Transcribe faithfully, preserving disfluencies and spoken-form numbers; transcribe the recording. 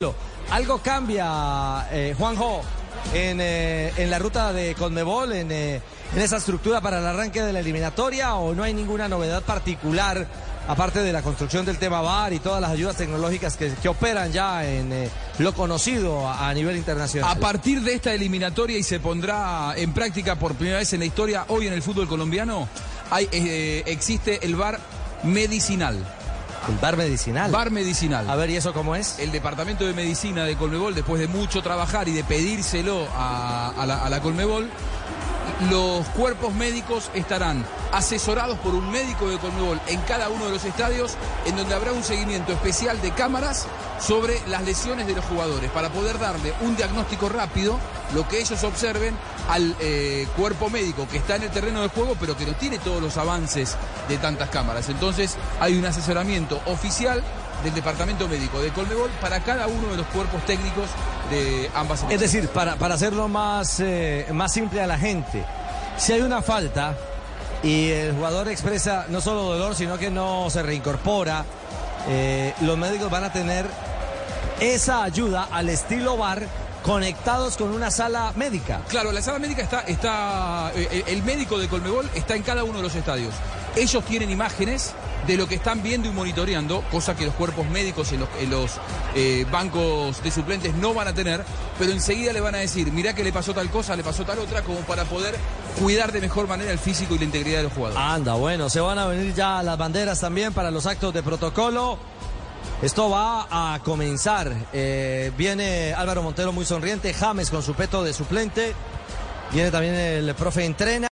Algo cambia, eh, Juanjo, en, eh, en la ruta de Conmebol, en, eh, en esa estructura para el arranque de la eliminatoria, o no hay ninguna novedad particular, aparte de la construcción del tema V A R y todas las ayudas tecnológicas que, que operan ya en eh, lo conocido a, a nivel internacional. A partir de esta eliminatoria, y se pondrá en práctica por primera vez en la historia, hoy en el fútbol colombiano, hay, eh, existe el V A R medicinal. ¿El V A R medicinal? V A R medicinal. A ver, ¿y eso cómo es? El Departamento de Medicina de Conmebol, después de mucho trabajar y de pedírselo a, a, la, a la Conmebol, los cuerpos médicos estarán asesorados por un médico de Conmebol en cada uno de los estadios, en donde habrá un seguimiento especial de cámaras sobre las lesiones de los jugadores, para poder darle un diagnóstico rápido, lo que ellos observen, al eh, cuerpo médico que está en el terreno de juego, pero que no tiene todos los avances de tantas cámaras. Entonces hay un asesoramiento oficial del Departamento Médico de Conmebol para cada uno de los cuerpos técnicos de ambas selecciones. Es decir, para, para hacerlo más, eh, más simple a la gente, si hay una falta y el jugador expresa no solo dolor, sino que no se reincorpora, eh, los médicos van a tener esa ayuda al estilo V A R, conectados con una sala médica. Claro, la sala médica está, está eh, el médico de Conmebol está en cada uno de los estadios. Ellos tienen imágenes de lo que están viendo y monitoreando, cosa que los cuerpos médicos en los, en los eh, bancos de suplentes no van a tener, pero enseguida le van a decir, mirá que le pasó tal cosa, le pasó tal otra, como para poder cuidar de mejor manera el físico y la integridad de los jugadores. Anda, bueno, se van a venir ya las banderas también para los actos de protocolo. Esto va a comenzar. Eh, viene Álvaro Montero muy sonriente, James con su peto de suplente. Viene también el profe Entrena.